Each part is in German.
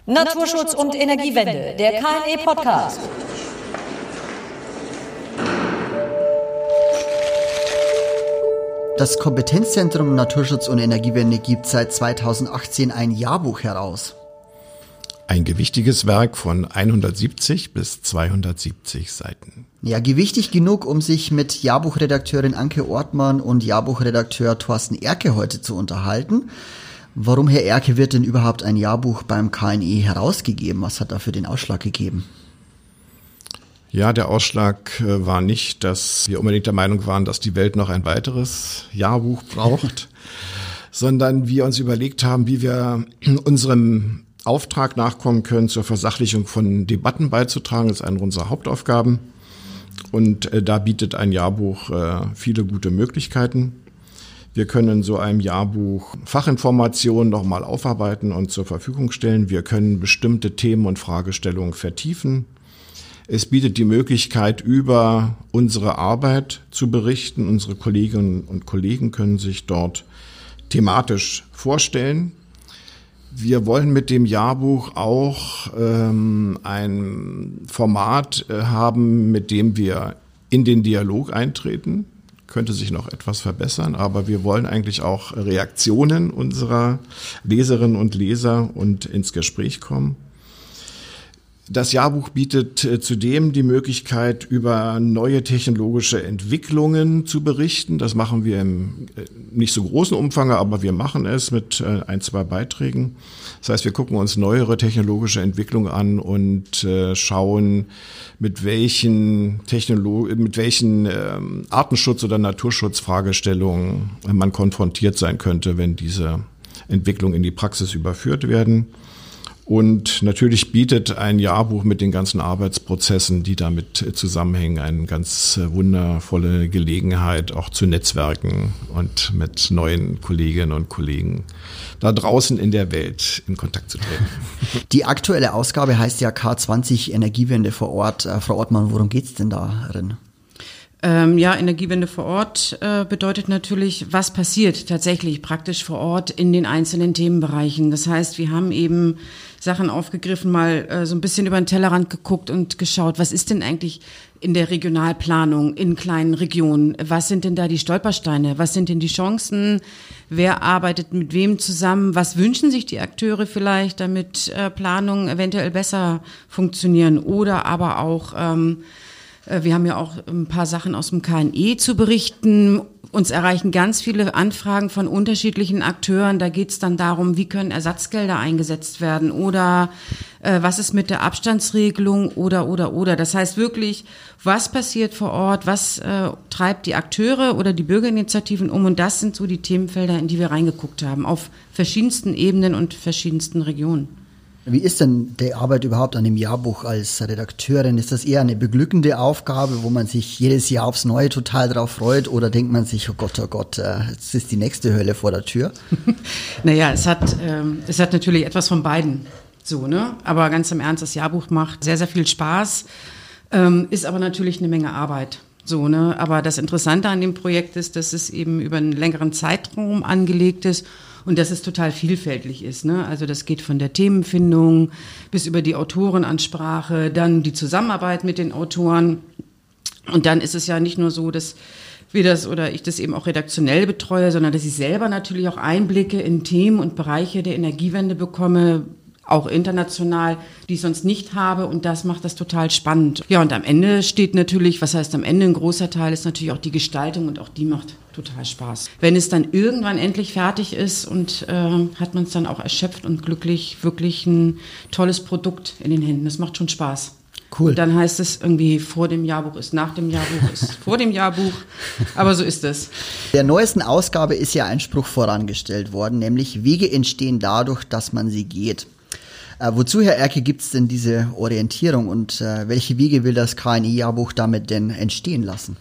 Naturschutz und Energiewende, der KNE-Podcast. Das Kompetenzzentrum Naturschutz und Energiewende gibt seit 2018 ein Jahrbuch heraus. Ein gewichtiges Werk von 170 bis 270 Seiten. Ja, gewichtig genug, um sich mit Jahrbuchredakteurin Anke Ortmann und Jahrbuchredakteur Thorsten Erke heute zu unterhalten. Warum, Herr Erke, wird denn überhaupt ein Jahrbuch beim KNE herausgegeben? Was hat dafür den Ausschlag gegeben? Ja, der Ausschlag war nicht, dass wir unbedingt der Meinung waren, dass die Welt noch ein weiteres Jahrbuch braucht, sondern wir uns überlegt haben, wie wir unserem Auftrag nachkommen können, zur Versachlichung von Debatten beizutragen. Das ist eine unserer Hauptaufgaben. Und da bietet ein Jahrbuch viele gute Möglichkeiten. Wir können in so einem Jahrbuch Fachinformationen nochmal aufarbeiten und zur Verfügung stellen. Wir können bestimmte Themen und Fragestellungen vertiefen. Es bietet die Möglichkeit, über unsere Arbeit zu berichten. Unsere Kolleginnen und Kollegen können sich dort thematisch vorstellen. Wir wollen mit dem Jahrbuch auch ein Format haben, mit dem wir in den Dialog eintreten. Könnte sich noch etwas verbessern, aber wir wollen eigentlich auch Reaktionen unserer Leserinnen und Leser und ins Gespräch kommen. Das Jahrbuch bietet zudem die Möglichkeit, über neue technologische Entwicklungen zu berichten. Das machen wir im nicht so großen Umfang, aber wir machen es mit ein, zwei Beiträgen. Das heißt, wir gucken uns neuere technologische Entwicklungen an und schauen, mit welchen Artenschutz- oder Naturschutzfragestellungen man konfrontiert sein könnte, wenn diese Entwicklungen in die Praxis überführt werden. Und natürlich bietet ein Jahrbuch mit den ganzen Arbeitsprozessen, die damit zusammenhängen, eine ganz wundervolle Gelegenheit, auch zu netzwerken und mit neuen Kolleginnen und Kollegen da draußen in der Welt in Kontakt zu treten. Die aktuelle Ausgabe heißt ja K20 Energiewende vor Ort. Frau Ortmann, worum geht's denn darin? Energiewende vor Ort bedeutet natürlich, was passiert tatsächlich praktisch vor Ort in den einzelnen Themenbereichen. Das heißt, wir haben eben Sachen aufgegriffen, mal so ein bisschen über den Tellerrand geguckt und geschaut, was ist denn eigentlich in der Regionalplanung in kleinen Regionen? Was sind denn da die Stolpersteine? Was sind denn die Chancen? Wer arbeitet mit wem zusammen? Was wünschen sich die Akteure vielleicht, damit Planungen eventuell besser funktionieren? Oder aber auch wir haben ja auch ein paar Sachen aus dem KNE zu berichten. Uns erreichen ganz viele Anfragen von unterschiedlichen Akteuren. Da geht es dann darum, wie können Ersatzgelder eingesetzt werden oder was ist mit der Abstandsregelung oder. Das heißt wirklich, was passiert vor Ort, was treibt die Akteure oder die Bürgerinitiativen um? Und das sind so die Themenfelder, in die wir reingeguckt haben, auf verschiedensten Ebenen und verschiedensten Regionen. Wie ist denn die Arbeit überhaupt an dem Jahrbuch als Redakteurin? Ist das eher eine beglückende Aufgabe, wo man sich jedes Jahr aufs Neue total drauf freut? Oder denkt man sich, oh Gott, jetzt ist die nächste Hölle vor der Tür? Naja, es hat natürlich etwas von beiden. So, ne? Aber ganz im Ernst, das Jahrbuch macht sehr, sehr viel Spaß, ist aber natürlich eine Menge Arbeit. So, ne? Aber das Interessante an dem Projekt ist, dass es eben über einen längeren Zeitraum angelegt ist. Und dass es total vielfältig ist, ne? Also das geht von der Themenfindung bis über die Autorenansprache, dann die Zusammenarbeit mit den Autoren. Und dann ist es ja nicht nur so, dass wir das oder ich das eben auch redaktionell betreue, sondern dass ich selber natürlich auch Einblicke in Themen und Bereiche der Energiewende bekomme, auch international, die ich sonst nicht habe, und das macht das total spannend. Ja, und am Ende steht natürlich, was heißt am Ende, ein großer Teil ist natürlich auch die Gestaltung, und auch die macht total Spaß. Wenn es dann irgendwann endlich fertig ist und hat man es dann auch erschöpft und glücklich, wirklich ein tolles Produkt in den Händen. Das macht schon Spaß. Cool. Und dann heißt es irgendwie, vor dem Jahrbuch ist nach dem Jahrbuch ist vor dem Jahrbuch. Aber so ist es. Der neuesten Ausgabe ist ja ein Spruch vorangestellt worden, nämlich Wege entstehen dadurch, dass man sie geht. Wozu, Herr Erke, gibt es denn diese Orientierung und welche Wege will das KNE-Jahrbuch damit denn entstehen lassen?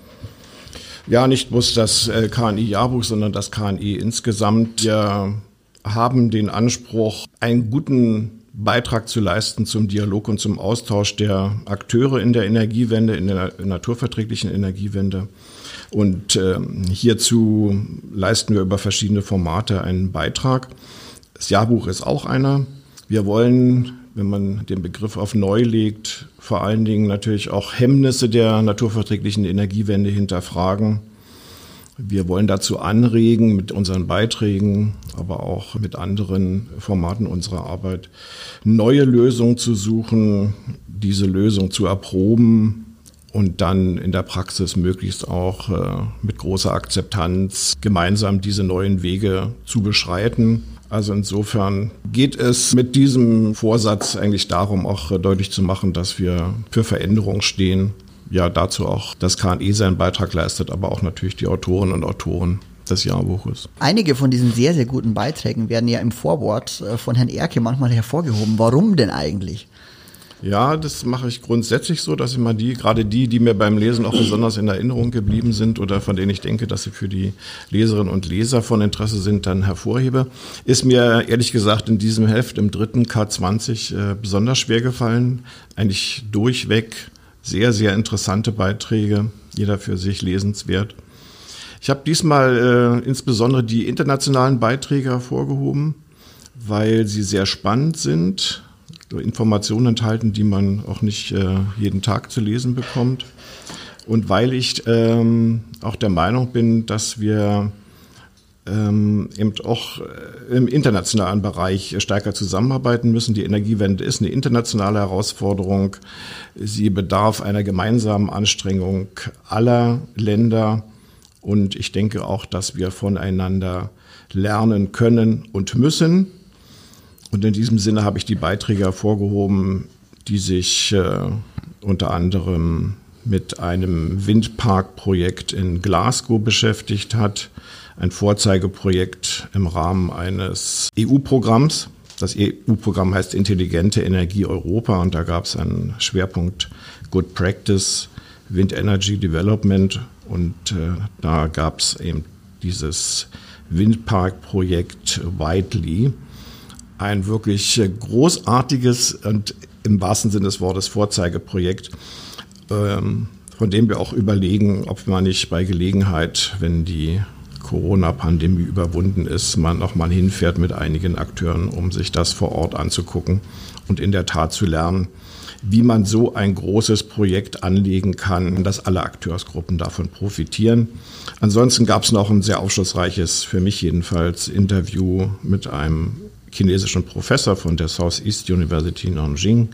Ja, nicht bloß das KNE-Jahrbuch, sondern das KNE insgesamt. Wir haben den Anspruch, einen guten Beitrag zu leisten zum Dialog und zum Austausch der Akteure in der Energiewende, in der naturverträglichen Energiewende. Und hierzu leisten wir über verschiedene Formate einen Beitrag. Das Jahrbuch ist auch einer. Wir wollen, wenn man den Begriff auf neu legt, vor allen Dingen natürlich auch Hemmnisse der naturverträglichen Energiewende hinterfragen. Wir wollen dazu anregen, mit unseren Beiträgen, aber auch mit anderen Formaten unserer Arbeit, neue Lösungen zu suchen, diese Lösung zu erproben und dann in der Praxis möglichst auch mit großer Akzeptanz gemeinsam diese neuen Wege zu beschreiten. Also insofern geht es mit diesem Vorsatz eigentlich darum, auch deutlich zu machen, dass wir für Veränderung stehen. Ja, dazu auch das KNE seinen Beitrag leistet, aber auch natürlich die Autorinnen und Autoren des Jahrbuches. Einige von diesen sehr, sehr guten Beiträgen werden ja im Vorwort von Herrn Erke manchmal hervorgehoben. Warum denn eigentlich? Ja, das mache ich grundsätzlich so, dass ich mal gerade die mir beim Lesen auch besonders in Erinnerung geblieben sind oder von denen ich denke, dass sie für die Leserinnen und Leser von Interesse sind, dann hervorhebe. Ist mir ehrlich gesagt in diesem Heft, im 3. K20, besonders schwer gefallen. Eigentlich durchweg sehr, sehr interessante Beiträge, jeder für sich lesenswert. Ich habe diesmal insbesondere die internationalen Beiträge hervorgehoben, weil sie sehr spannend sind, Informationen enthalten, die man auch nicht jeden Tag zu lesen bekommt. Und weil ich auch der Meinung bin, dass wir eben auch im internationalen Bereich stärker zusammenarbeiten müssen. Die Energiewende ist eine internationale Herausforderung. Sie bedarf einer gemeinsamen Anstrengung aller Länder. Und ich denke auch, dass wir voneinander lernen können und müssen. Und in diesem Sinne habe ich die Beiträge hervorgehoben, die sich unter anderem mit einem Windparkprojekt in Glasgow beschäftigt hat. Ein Vorzeigeprojekt im Rahmen eines EU-Programms. Das EU-Programm heißt Intelligente Energie Europa und da gab es einen Schwerpunkt Good Practice, Wind Energy Development und da gab es eben dieses Windparkprojekt Whiteley. Ein wirklich großartiges und im wahrsten Sinne des Wortes Vorzeigeprojekt, von dem wir auch überlegen, ob man nicht bei Gelegenheit, wenn die Corona-Pandemie überwunden ist, man noch mal hinfährt mit einigen Akteuren, um sich das vor Ort anzugucken und in der Tat zu lernen, wie man so ein großes Projekt anlegen kann, dass alle Akteursgruppen davon profitieren. Ansonsten gab es noch ein sehr aufschlussreiches, für mich jedenfalls, Interview mit einem chinesischen Professor von der Southeast University in Nanjing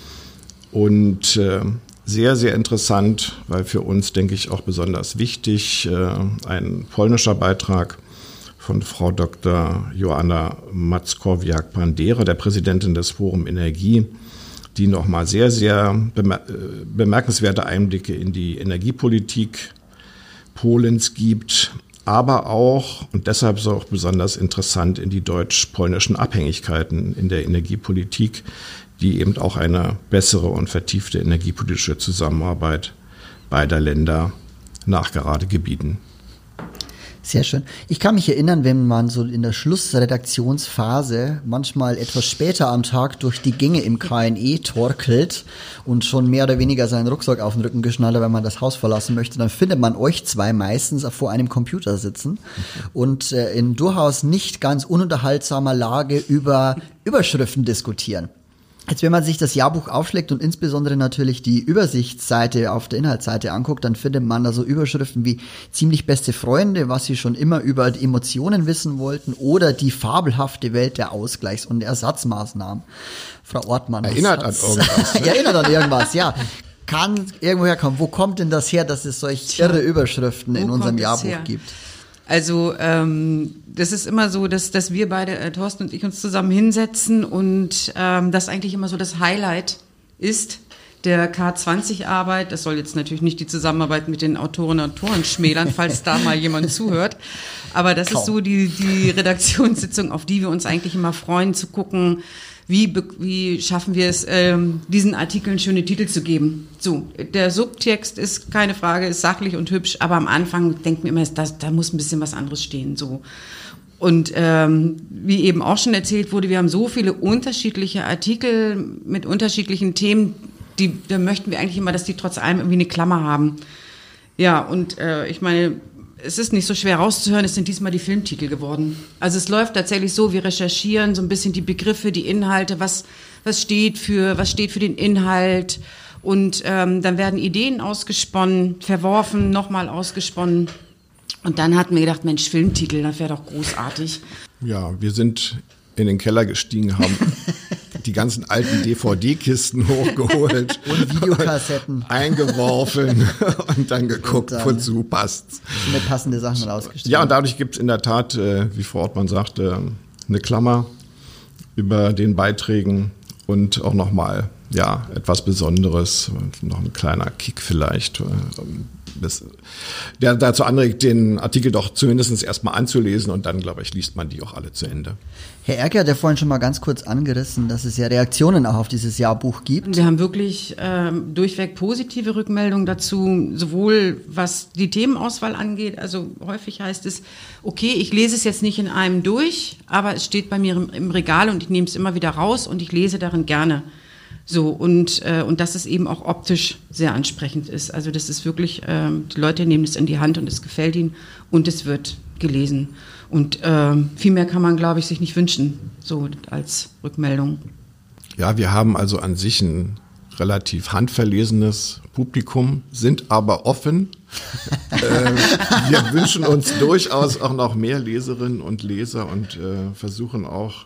und sehr, sehr interessant, weil für uns, denke ich, auch besonders wichtig, ein polnischer Beitrag von Frau Dr. Joanna Mackowiak-Bandera, der Präsidentin des Forum Energie, die nochmal sehr, sehr bemerkenswerte Einblicke in die Energiepolitik Polens gibt, aber auch, und deshalb ist es auch besonders interessant, in die deutsch-polnischen Abhängigkeiten in der Energiepolitik, die eben auch eine bessere und vertiefte energiepolitische Zusammenarbeit beider Länder nachgerade gebieten. Sehr schön. Ich kann mich erinnern, wenn man so in der Schlussredaktionsphase manchmal etwas später am Tag durch die Gänge im KNE torkelt und schon mehr oder weniger seinen Rucksack auf den Rücken geschnallt hat, wenn man das Haus verlassen möchte, dann findet man euch zwei meistens vor einem Computer sitzen und in durchaus nicht ganz ununterhaltsamer Lage über Überschriften diskutieren. Jetzt, wenn man sich das Jahrbuch aufschlägt und insbesondere natürlich die Übersichtsseite auf der Inhaltsseite anguckt, dann findet man da so Überschriften wie ziemlich beste Freunde, was sie schon immer über die Emotionen wissen wollten oder die fabelhafte Welt der Ausgleichs- und Ersatzmaßnahmen. Frau Ortmann. Erinnert an irgendwas. Ne? Erinnert an irgendwas, ja. Kann irgendwo herkommen. Wo kommt denn das her, dass es solch irre Überschriften in unserem Jahrbuch gibt? Also das ist immer so, dass wir beide, Thorsten und ich, uns zusammen hinsetzen und das eigentlich immer so das Highlight ist der K20-Arbeit. Das soll jetzt natürlich nicht die Zusammenarbeit mit den Autorinnen und Autoren schmälern, falls da mal jemand zuhört. Aber das ist so die Redaktionssitzung, auf die wir uns eigentlich immer freuen, zu gucken, wie schaffen wir es, diesen Artikeln schöne Titel zu geben. So, der Subtext ist keine Frage, ist sachlich und hübsch, aber am Anfang denken wir immer, da muss ein bisschen was anderes stehen. So. Und wie eben auch schon erzählt wurde, wir haben so viele unterschiedliche Artikel mit unterschiedlichen Themen, da möchten wir eigentlich immer, dass die trotz allem irgendwie eine Klammer haben. Ja, und ich meine, es ist nicht so schwer rauszuhören, es sind diesmal die Filmtitel geworden. Also es läuft tatsächlich so, wir recherchieren so ein bisschen die Begriffe, die Inhalte, was steht für den Inhalt. Und dann werden Ideen ausgesponnen, verworfen, nochmal ausgesponnen. Und dann hatten wir gedacht, Mensch, Filmtitel, das wäre doch großartig. Ja, wir sind in den Keller gestiegen, haben die ganzen alten DVD-Kisten hochgeholt und Videokassetten eingeworfen und dann geguckt, wozu passt's. Mit passende Sachen rausgestellt. Ja, und dadurch gibt es in der Tat, wie Frau Ortmann sagte, eine Klammer über den Beiträgen und auch nochmal etwas Besonderes, noch ein kleiner Kick vielleicht, der dazu anregt, den Artikel doch zumindest erstmal anzulesen und dann, glaube ich, liest man die auch alle zu Ende. Herr Erke hat ja vorhin schon mal ganz kurz angerissen, dass es ja Reaktionen auch auf dieses Jahrbuch gibt. Wir haben wirklich durchweg positive Rückmeldungen dazu, sowohl was die Themenauswahl angeht, also häufig heißt es, okay, ich lese es jetzt nicht in einem durch, aber es steht bei mir im Regal und ich nehme es immer wieder raus und ich lese darin gerne. So, und dass es eben auch optisch sehr ansprechend ist. Also das ist wirklich, die Leute nehmen es in die Hand und es gefällt ihnen und es wird gelesen. Und viel mehr kann man, glaube ich, sich nicht wünschen, so als Rückmeldung. Ja, wir haben also an sich ein relativ handverlesenes Publikum, sind aber offen. Wir wünschen uns durchaus auch noch mehr Leserinnen und Leser und versuchen auch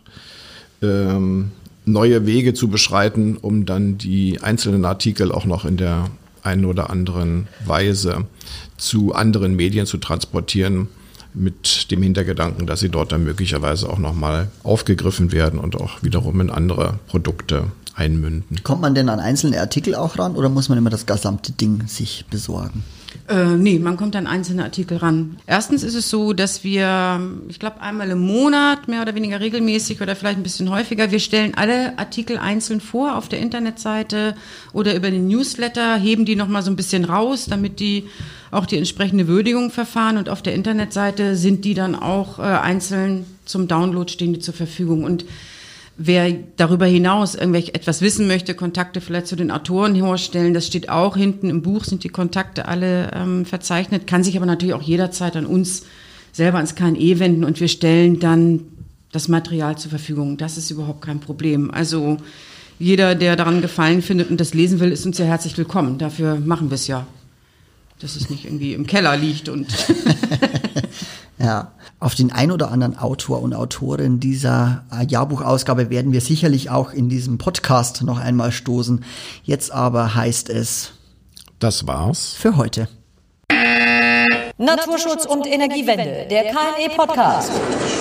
neue Wege zu beschreiten, um dann die einzelnen Artikel auch noch in der einen oder anderen Weise zu anderen Medien zu transportieren, mit dem Hintergedanken, dass sie dort dann möglicherweise auch nochmal aufgegriffen werden und auch wiederum in andere Produkte einmünden. Kommt man denn an einzelne Artikel auch ran oder muss man immer das gesamte Ding sich besorgen? Nee, man kommt an einzelne Artikel ran. Erstens ist es so, dass wir, ich glaube, einmal im Monat, mehr oder weniger regelmäßig oder vielleicht ein bisschen häufiger, wir stellen alle Artikel einzeln vor auf der Internetseite oder über den Newsletter, heben die nochmal so ein bisschen raus, damit die auch die entsprechende Würdigung verfahren und auf der Internetseite sind die dann auch einzeln zum Download, stehen die zur Verfügung. Und wer darüber hinaus etwas wissen möchte, Kontakte vielleicht zu den Autoren herstellen, das steht auch hinten im Buch, sind die Kontakte alle verzeichnet, kann sich aber natürlich auch jederzeit an uns selber ans KNE wenden und wir stellen dann das Material zur Verfügung. Das ist überhaupt kein Problem. Also jeder, der daran Gefallen findet und das lesen will, ist uns ja herzlich willkommen. Dafür machen wir es ja, dass es nicht irgendwie im Keller liegt und Ja, auf den ein oder anderen Autor und Autorin dieser Jahrbuchausgabe werden wir sicherlich auch in diesem Podcast noch einmal stoßen. Jetzt aber heißt es: Das war's für heute. Naturschutz und Energiewende, der KNE Podcast.